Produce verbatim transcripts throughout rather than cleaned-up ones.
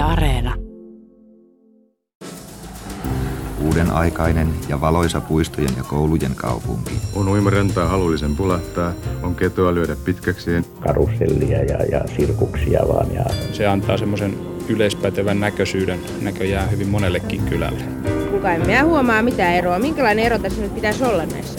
Areena. Uuden aikainen ja valoisa puistojen ja koulujen kaupunki. On uimarantaa halullisen pulahtaa, on ketoa lyödä pitkäkseen. Karusellia ja, ja sirkuksia vaan. Ja... Se antaa semmoisen yleispätevän näköisyyden näköjään hyvin monellekin kylälle. Kuka en minä huomaa mitään eroa. Minkälainen ero tässä nyt pitäisi olla näissä?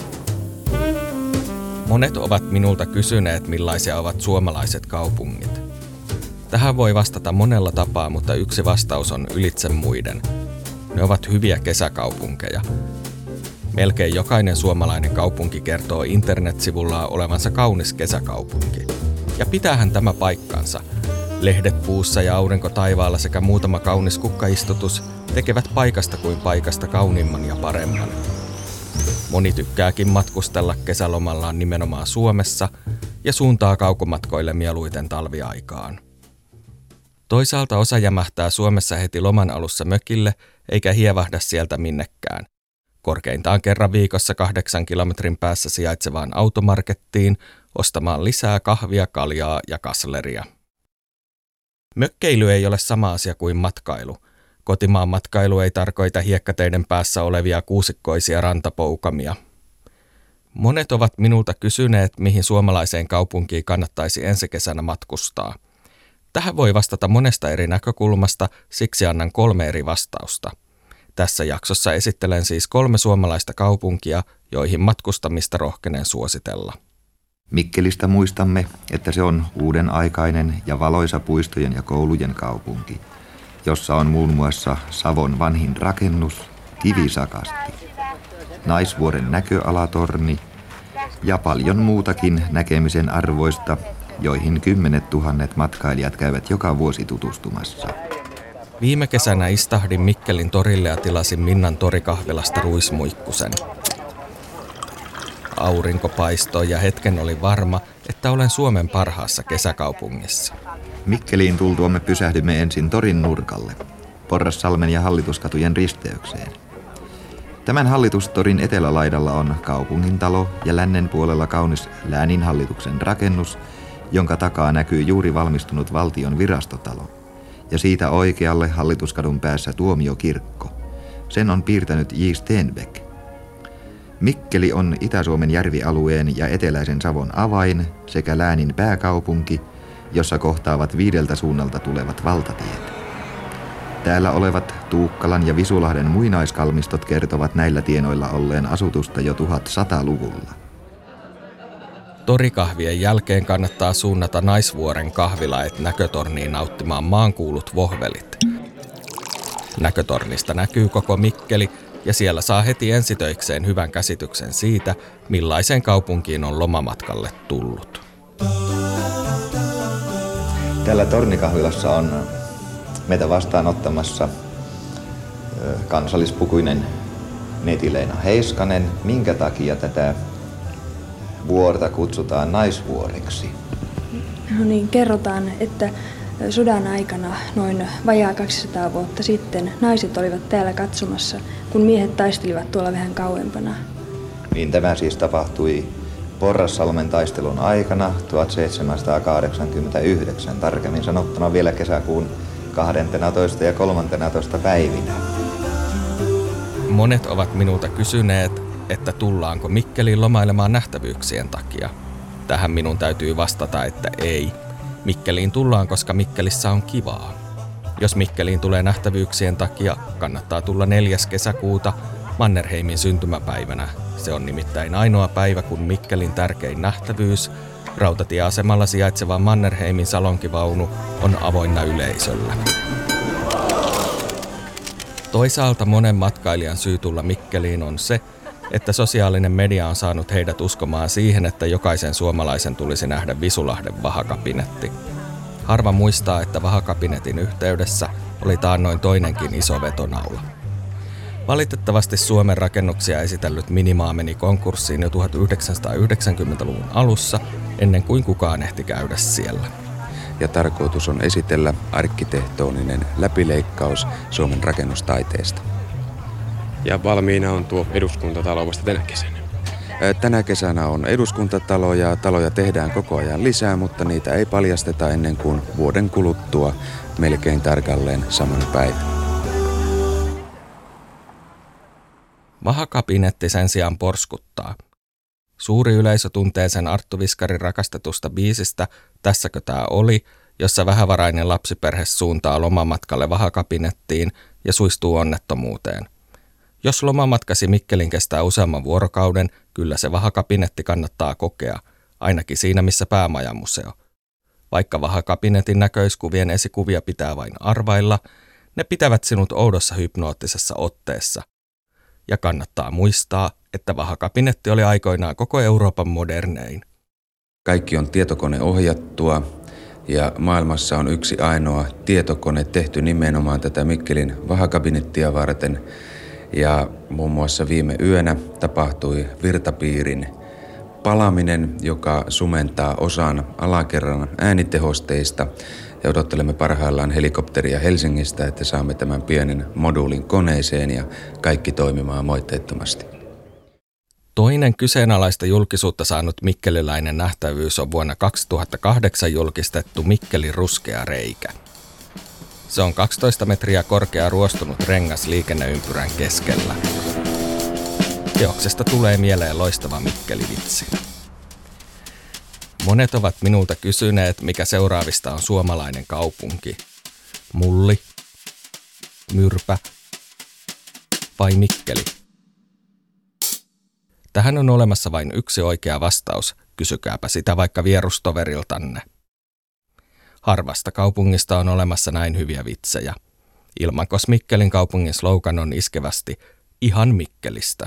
Monet ovat minulta kysyneet, millaisia ovat suomalaiset kaupungit. Tähän voi vastata monella tapaa, mutta yksi vastaus on ylitse muiden. Ne ovat hyviä kesäkaupunkeja. Melkein jokainen suomalainen kaupunki kertoo internetsivullaan olevansa kaunis kesäkaupunki. Ja pitäähän tämä paikkansa. Lehdet puussa ja aurinko taivaalla sekä muutama kaunis kukkaistutus tekevät paikasta kuin paikasta kauniimman ja paremman. Moni tykkääkin matkustella kesälomallaan nimenomaan Suomessa ja suuntaa kaukomatkoille mieluiten talviaikaan. Toisaalta osa jämähtää Suomessa heti loman alussa mökille eikä hievahda sieltä minnekään. Korkeintaan kerran viikossa kahdeksan kilometrin päässä sijaitsevaan automarkettiin ostamaan lisää kahvia, kaljaa ja kasleria. Mökkeily ei ole sama asia kuin matkailu. Kotimaan matkailu ei tarkoita hiekkateiden päässä olevia kuusikkoisia rantapoukamia. Monet ovat minulta kysyneet, mihin suomalaiseen kaupunkiin kannattaisi ensi kesänä matkustaa. Tähän voi vastata monesta eri näkökulmasta, siksi annan kolme eri vastausta. Tässä jaksossa esittelen siis kolme suomalaista kaupunkia, joihin matkustamista rohkenen suositella. Mikkelistä muistamme, että se on uuden aikainen ja valoisa puistojen ja koulujen kaupunki, jossa on muun muassa Savon vanhin rakennus, Kivisakasti, Naisvuoren näköalatorni ja paljon muutakin näkemisen arvoista, joihin kymmenet tuhannet matkailijat käyvät joka vuosi tutustumassa. Viime kesänä istahdin Mikkelin torille ja tilasin Minnan torikahvilasta ruismuikkusen. Aurinko paistoi ja hetken oli varma, että olen Suomen parhaassa kesäkaupungissa. Mikkeliin tultuamme pysähdymme ensin torin nurkalle, Porrassalmen ja Hallituskatujen risteykseen. Tämän Hallitustorin etelälaidalla on kaupungintalo ja lännen puolella kaunis lääninhallituksen rakennus, jonka takaa näkyy juuri valmistunut valtion virastotalo. Ja siitä oikealle Hallituskadun päässä tuomiokirkko. Sen on piirtänyt J. Stenbeck. Mikkeli on Itä-Suomen järvialueen ja eteläisen Savon avain sekä läänin pääkaupunki, jossa kohtaavat viideltä suunnalta tulevat valtatiet. Täällä olevat Tuukkalan ja Visulahden muinaiskalmistot kertovat näillä tienoilla olleen asutusta jo tuhatsataa-luvulla. Torikahvien jälkeen kannattaa suunnata Naisvuoren kahvilaet näkötorniin nauttimaan maankuulut vohvelit. Näkötornista näkyy koko Mikkeli ja siellä saa heti ensitöikseen hyvän käsityksen siitä, millaiseen kaupunkiin on lomamatkalle tullut. Täällä tornikahvilassa on meitä vastaanottamassa kansallispukuinen neiti Leena Heiskanen. Minkä takia tätä vuorta kutsutaan Naisvuoreksi? No niin, kerrotaan, että sodan aikana noin vajaa kaksisataa vuotta sitten naiset olivat täällä katsomassa, kun miehet taistelivat tuolla vähän kauempana. Niin tämä siis tapahtui Porrassalmen taistelun aikana tuhatseitsemänsataakahdeksankymmentäyhdeksän, tarkemmin sanottuna vielä kesäkuun kaksitoista ja kolmetoista päivinä. Monet ovat minulta kysyneet, että tullaanko Mikkeliin lomailemaan nähtävyyksien takia. Tähän minun täytyy vastata, että ei. Mikkeliin tullaan, koska Mikkelissä on kivaa. Jos Mikkeliin tulee nähtävyyksien takia, kannattaa tulla neljäs kesäkuuta Mannerheimin syntymäpäivänä. Se on nimittäin ainoa päivä, kun Mikkelin tärkein nähtävyys, rautatieasemalla sijaitseva Mannerheimin salonkivaunu, on avoinna yleisöllä. Toisaalta monen matkailijan syy tulla Mikkeliin on se, että sosiaalinen media on saanut heidät uskomaan siihen, että jokaisen suomalaisen tulisi nähdä Visulahden vahakabinetti. Harva muistaa, että vahakabinetin yhteydessä oli taannoin toinenkin iso vetonaula. Valitettavasti Suomen rakennuksia esitellyt Minimaa meni konkurssiin jo tuhatyhdeksänsataayhdeksänkymmentäluvun alussa, ennen kuin kukaan ehti käydä siellä. Ja tarkoitus on esitellä arkkitehtoninen läpileikkaus Suomen rakennustaiteesta. Ja valmiina on tuo eduskuntatalo vasta tänä kesänä. Tänä kesänä on eduskuntatalo ja taloja tehdään koko ajan lisää, mutta niitä ei paljasteta ennen kuin vuoden kuluttua melkein tarkalleen samana päivänä. Vahakabinetti sen sijaan porskuttaa. Suuri yleisö tuntee sen Arttu Viskarin rakastetusta biisistä Tässäkö tää oli, jossa vähävarainen lapsiperhe suuntaa lomamatkalle vahakabinettiin ja suistuu onnettomuuteen. Jos lomamatkasi Mikkelin kestää useamman vuorokauden, kyllä se vahakabinetti kannattaa kokea, ainakin siinä missä päämajamuseo. Vaikka vahakabinetin näköiskuvien esikuvia pitää vain arvailla, ne pitävät sinut oudossa hypnoottisessa otteessa. Ja kannattaa muistaa, että vahakabinetti oli aikoinaan koko Euroopan modernein. Kaikki on tietokoneohjattua ja maailmassa on yksi ainoa tietokone tehty nimenomaan tätä Mikkelin vahakabinettia varten. Ja muun muassa viime yönä tapahtui virtapiirin palaminen, joka sumentaa osan alakerran äänitehosteista. Ja odottelemme parhaillaan helikopteria Helsingistä, että saamme tämän pienen moduulin koneeseen ja kaikki toimimaan moitteettomasti. Toinen kyseenalaista julkisuutta saanut mikkeliläinen nähtävyys on vuonna kaksituhattakahdeksan julkistettu Mikkelin ruskea reikä. Se on kaksitoista metriä korkea ruostunut rengas liikenneympyrän keskellä. Teoksesta tulee mieleen loistava Mikkeli-vitsi. Monet ovat minulta kysyneet, mikä seuraavista on suomalainen kaupunki. Mulli, Myrpä vai Mikkeli? Tähän on olemassa vain yksi oikea vastaus, kysykääpä sitä vaikka vierustoveriltanne. Harvasta kaupungista on olemassa näin hyviä vitsejä. Ilmankos Mikkelin kaupungin slogan on iskevästi ihan Mikkelistä.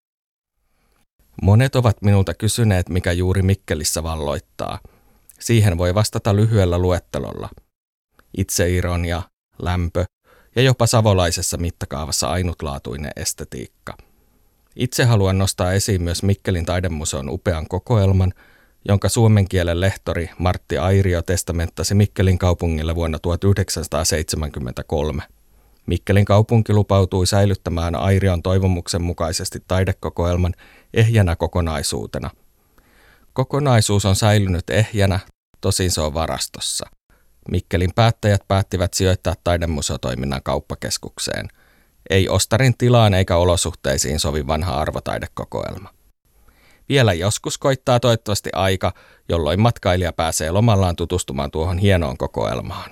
Monet ovat minulta kysyneet, mikä juuri Mikkelissä valloittaa. Siihen voi vastata lyhyellä luettelolla. Itseironia, lämpö ja jopa savolaisessa mittakaavassa ainutlaatuinen estetiikka. Itse haluan nostaa esiin myös Mikkelin taidemuseon upean kokoelman, jonka suomen kielen lehtori Martti Airio testamenttasi Mikkelin kaupungille vuonna tuhatyhdeksänsataaseitsemänkymmentäkolme. Mikkelin kaupunki lupautui säilyttämään Airion toivomuksen mukaisesti taidekokoelman ehjänä kokonaisuutena. Kokonaisuus on säilynyt ehjänä, tosin se on varastossa. Mikkelin päättäjät päättivät sijoittaa taidemuseotoiminnan kauppakeskukseen. Ei ostarin tilaan eikä olosuhteisiin sovi vanha arvotaidekokoelma. Vielä joskus koittaa toivottavasti aika, jolloin matkailija pääsee lomallaan tutustumaan tuohon hienoon kokoelmaan.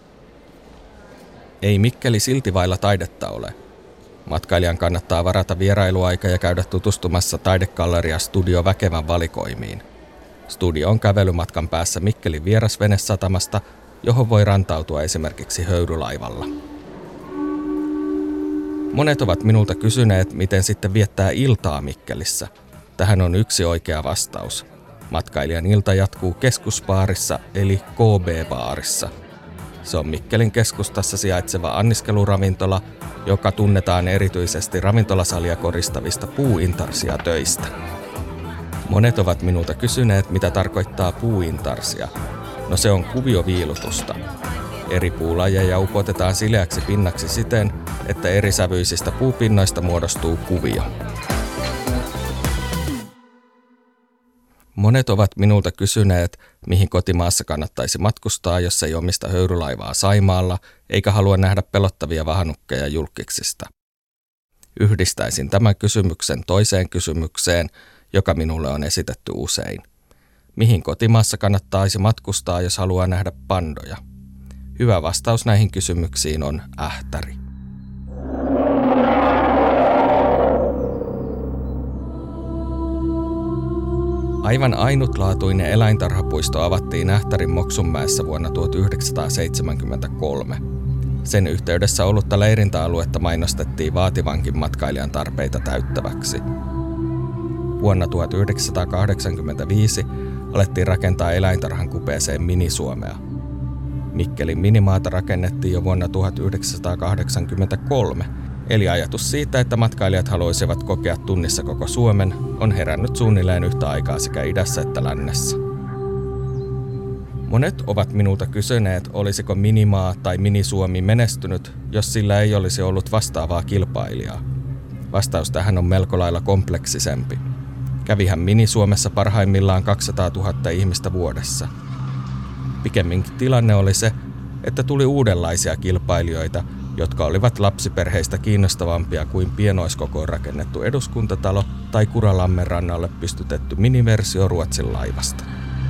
Ei Mikkeli silti vailla taidetta ole. Matkailijan kannattaa varata vierailuaika ja käydä tutustumassa taidegalleria Studio Väkevän valikoimiin. Studio on kävelymatkan päässä Mikkelin vierasvenesatamasta, johon voi rantautua esimerkiksi höyrylaivalla. Monet ovat minulta kysyneet, miten sitten viettää iltaa Mikkelissä. Tähän on yksi oikea vastaus. Matkailijan ilta jatkuu keskusbaarissa eli K B-baarissa. Se on Mikkelin keskustassa sijaitseva anniskeluravintola, joka tunnetaan erityisesti ravintolasalia koristavista puuintarsia töistä. Monet ovat minulta kysyneet, mitä tarkoittaa puuintarsia. No se on kuvioviilutusta. Eri puulajeja upotetaan sileäksi pinnaksi siten, että eri sävyisistä puupinnoista muodostuu kuvio. Monet ovat minulta kysyneet, mihin kotimaassa kannattaisi matkustaa, jos ei omista höyrylaivaa Saimaalla, eikä halua nähdä pelottavia vahanukkeja julkiksista. Yhdistäisin tämän kysymyksen toiseen kysymykseen, joka minulle on esitetty usein. Mihin kotimaassa kannattaisi matkustaa, jos haluaa nähdä pandoja? Hyvä vastaus näihin kysymyksiin on Ähtäri. Aivan ainutlaatuinen eläintarhapuisto avattiin Ähtärin Moksunmäessä vuonna tuhatyhdeksänsataaseitsemänkymmentäkolme. Sen yhteydessä ollutta leirintäaluetta mainostettiin vaativankin matkailijan tarpeita täyttäväksi. Vuonna tuhatyhdeksänsataakahdeksankymmentäviisi alettiin rakentaa eläintarhan kupeeseen Mini-Suomea. Mikkelin minimaata rakennettiin jo vuonna tuhatyhdeksänsataakahdeksankymmentäkolme, eli ajatus siitä, että matkailijat haluaisivat kokea tunnissa koko Suomen, on herännyt suunnilleen yhtä aikaa sekä idässä että lännessä. Monet ovat minulta kysyneet, olisiko Minimaa tai Mini-Suomi menestynyt, jos sillä ei olisi ollut vastaavaa kilpailijaa. Vastaus tähän on melko lailla kompleksisempi. Kävihän Mini-Suomessa parhaimmillaan kaksisataatuhatta ihmistä vuodessa. Pikemminkin tilanne oli se, että tuli uudenlaisia kilpailijoita, jotka olivat lapsiperheistä kiinnostavampia kuin pienoiskokoon rakennettu eduskuntatalo tai Kuralammen rannalle pystytetty miniversio Ruotsin laivasta.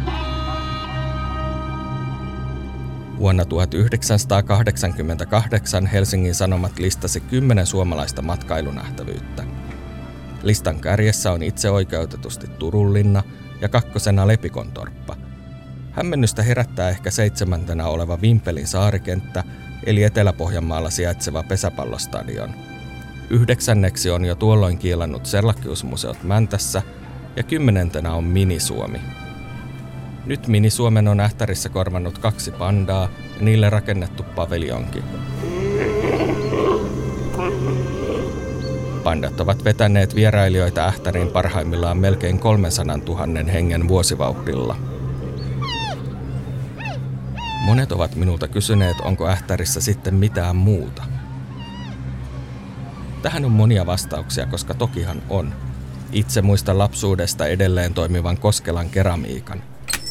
Vuonna tuhatyhdeksänsataakahdeksankymmentäkahdeksan Helsingin Sanomat listasi kymmenen suomalaista matkailunähtävyyttä. Listan kärjessä on itseoikeutetusti Turunlinna ja kakkosena Lepikontorppa. Hämmennystä herättää ehkä seitsemäntenä oleva Vimpelin saarikenttä, eli Etelä-Pohjanmaalla sijaitseva pesäpallostadion. Yhdeksänneksi on jo tuolloin kiilannut Serlachius-museot Mäntässä ja kymmenentenä on Mini-Suomi. Nyt Mini-Suomen on Ähtärissä korvannut kaksi pandaa ja niille rakennettu paviljonki. Pandat ovat vetäneet vierailijoita Ähtäriin parhaimmillaan melkein kolmensadantuhannen hengen vuosivauhdilla. Monet ovat minulta kysyneet, onko Ähtärissä sitten mitään muuta. Tähän on monia vastauksia, koska tokihan on. Itse muistan lapsuudesta edelleen toimivan Koskelan keramiikan.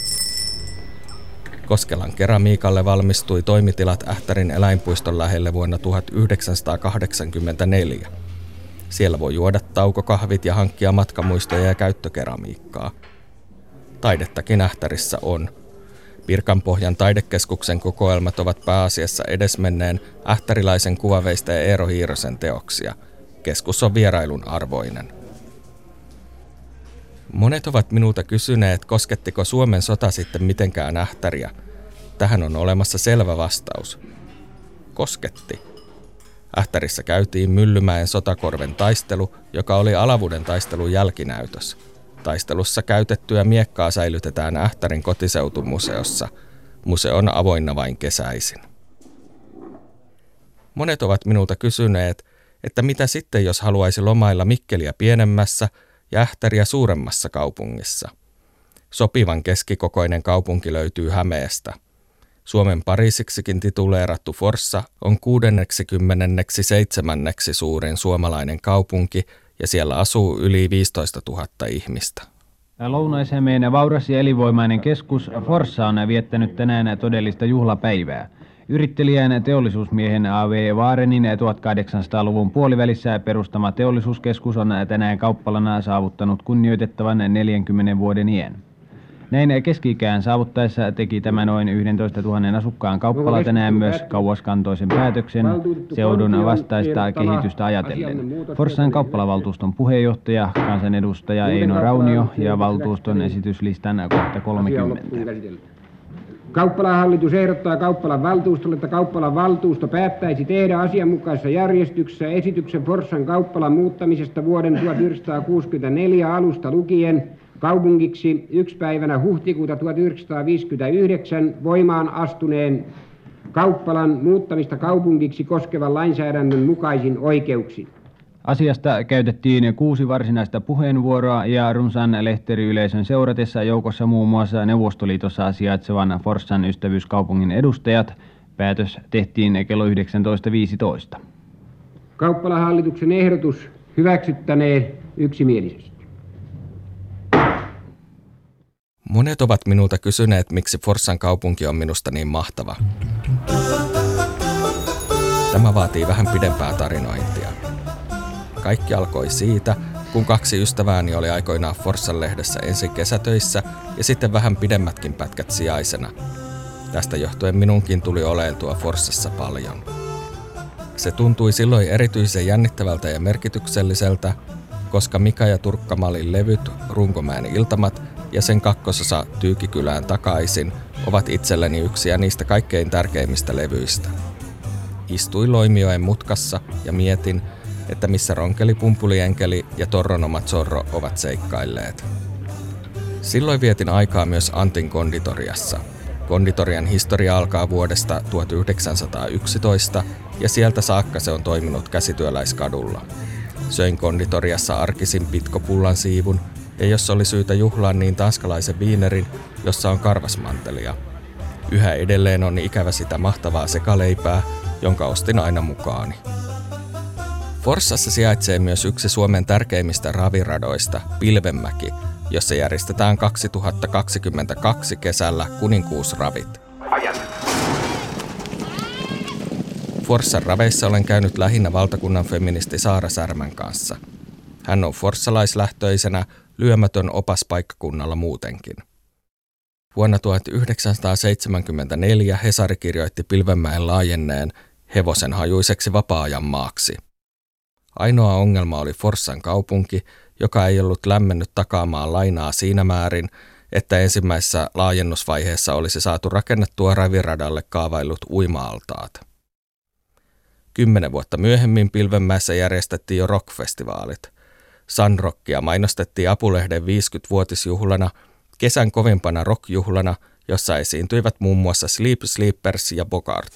Koskelan keramiikalle valmistui toimitilat Ähtärin eläinpuiston lähelle vuonna tuhatyhdeksänsataakahdeksankymmentäneljä. Siellä voi juoda taukokahvit ja hankkia matkamuistoja ja käyttökeramiikkaa. Taidettakin Ähtärissä on. Pirkanpohjan taidekeskuksen kokoelmat ovat pääasiassa edesmenneen ähtäriläisen kuvaveistäjä Eero Hiirosen teoksia. Keskus on vierailun arvoinen. Monet ovat minulta kysyneet, koskettiko Suomen sota sitten mitenkään Ähtäriä. Tähän on olemassa selvä vastaus. Kosketti. Ähtärissä käytiin Myllymäen sotakorven taistelu, joka oli Alavuden taistelun jälkinäytös. Taistelussa käytettyä miekkaa säilytetään Ähtärin kotiseutumuseossa. Museo on avoinna vain kesäisin. Monet ovat minulta kysyneet, että mitä sitten jos haluaisi lomailla Mikkeliä pienemmässä ja Ähtäriä suuremmassa kaupungissa. Sopivan keskikokoinen kaupunki löytyy Hämeestä. Suomen Pariisiksikin tituleerattu Forssa on kuudenneksikymmenenneksi seitsemänneksi suurin suomalainen kaupunki ja siellä asuu yli viisitoistatuhatta ihmistä. Lounais-Hämeen vauras ja elinvoimainen keskus Forssa on viettänyt tänään todellista juhlapäivää. Yrittelijän teollisuusmiehen A V Vaarenin tuhatkahdeksansataaluvun puolivälissä perustama teollisuuskeskus on tänään kauppalana saavuttanut kunnioitettavan neljänkymmenen vuoden iän. Näin keski-ikään saavuttaessa teki tämä noin yksitoistatuhatta asukkaan kauppala tänään myös kauaskantoisen päätöksen seudun vastaista kehitystä ajatellen. Forssan kauppalavaltuuston puheenjohtaja, kansanedustaja Eino Raunio ja valtuuston esityslistan kohta kolmekymmentä. Kauppalan hallitus ehdottaa Kauppalan valtuustolle, että Kauppalan valtuusto päättäisi tehdä asianmukaisessa järjestyksessä esityksen Forssan kauppalan muuttamisesta vuoden tuhatyhdeksänsataakuusikymmentäneljä alusta lukien kaupungiksi yksi päivänä huhtikuuta tuhatyhdeksänsataaviisikymmentäyhdeksän voimaan astuneen kauppalan muuttamista kaupungiksi koskevan lainsäädännön mukaisin oikeuksin. Asiasta käytettiin kuusi varsinaista puheenvuoroa ja runsaan lehteriyleisön seuratessa joukossa muun muassa Neuvostoliitossa sijaitsevan Forssan ystävyyskaupungin edustajat. Päätös tehtiin kello yhdeksäntoista viisitoista. Kauppalan hallituksen ehdotus hyväksyttäneen yksimielisesti. Monet ovat minulta kysyneet, miksi Forssan kaupunki on minusta niin mahtava. Tämä vaatii vähän pidempää tarinointia. Kaikki alkoi siitä, kun kaksi ystävääni oli aikoinaan Forssan lehdessä ensin kesätöissä ja sitten vähän pidemmätkin pätkät sijaisena. Tästä johtuen minunkin tuli oleentua Forssassa paljon. Se tuntui silloin erityisen jännittävältä ja merkitykselliseltä, koska Mika ja Turkkamalin levyt, Runkomäen iltamat ja sen kakkososa Tyykikylään takaisin ovat itselleni yksiä niistä kaikkein tärkeimmistä levyistä. Istuin Loimioen mutkassa ja mietin, että missä Ronkeli, Pumpulienkeli ja Torronoma Zorro ovat seikkailleet. Silloin vietin aikaa myös Antin konditoriassa. Konditorian historia alkaa vuodesta tuhatyhdeksänsataayksitoista ja sieltä saakka se on toiminut Käsityöläiskadulla. Söin konditoriassa arkisin pitkopullan siivun ja jos oli syytä juhlaan, niin tanskalaisen viinerin, jossa on karvasmantelia. Yhä edelleen on ikävä sitä mahtavaa sekaleipää, jonka ostin aina mukaani. Forssassa sijaitsee myös yksi Suomen tärkeimmistä raviradoista, Pilvenmäki, jossa järjestetään kaksituhattakaksikymmentäkaksi kesällä kuninkuusravit. Forssan raveissa olen käynyt lähinnä valtakunnan feministi Saara Särmän kanssa. Hän on forssalaislähtöisenä lyömätön opas paikkakunnalla muutenkin. Vuonna tuhatyhdeksänsataaseitsemänkymmentäneljä Hesari kirjoitti Pilvenmäen laajenneen hevosen hajuiseksi vapaa-ajan maaksi. Ainoa ongelma oli Forssan kaupunki, joka ei ollut lämmennyt takaamaan lainaa siinä määrin, että ensimmäisessä laajennusvaiheessa olisi saatu rakennettua raviradalle kaavaillut uima-altaat. Kymmenen vuotta myöhemmin Pilvenmäessä järjestettiin jo rockfestivaalit. Sunrockia mainostettiin Apulehden viisikymmenvuotisjuhlana, kesän kovimpana rockjuhlana, jossa esiintyivät muun muassa Sleep Sleepers ja Bogart.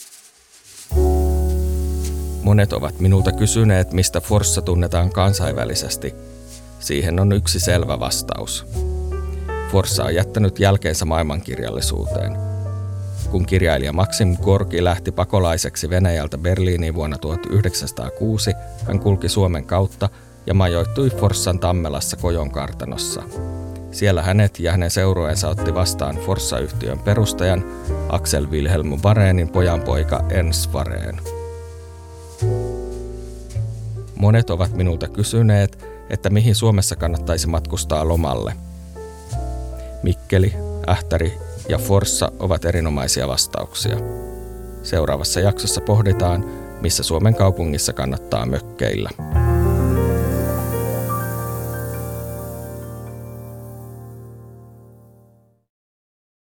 Monet ovat minulta kysyneet, mistä Forssa tunnetaan kansainvälisesti. Siihen on yksi selvä vastaus. Forssa on jättänyt jälkeensä maailmankirjallisuuteen. Kun kirjailija Maxim Gorki lähti pakolaiseksi Venäjältä Berliiniin vuonna tuhatyhdeksänsataakuusi, hän kulki Suomen kautta ja majoittui Forssan Tammelassa Kojon kartanossa. Siellä hänet ja hänen seurueensa otti vastaan Forssa-yhtiön perustajan Axel Wilhelm Warenin pojanpoika Ernst Wareen. Monet ovat minulta kysyneet, että mihin Suomessa kannattaisi matkustaa lomalle. Mikkeli, Ähtäri ja Forssa ovat erinomaisia vastauksia. Seuraavassa jaksossa pohditaan, missä Suomen kaupungissa kannattaa mökkeillä.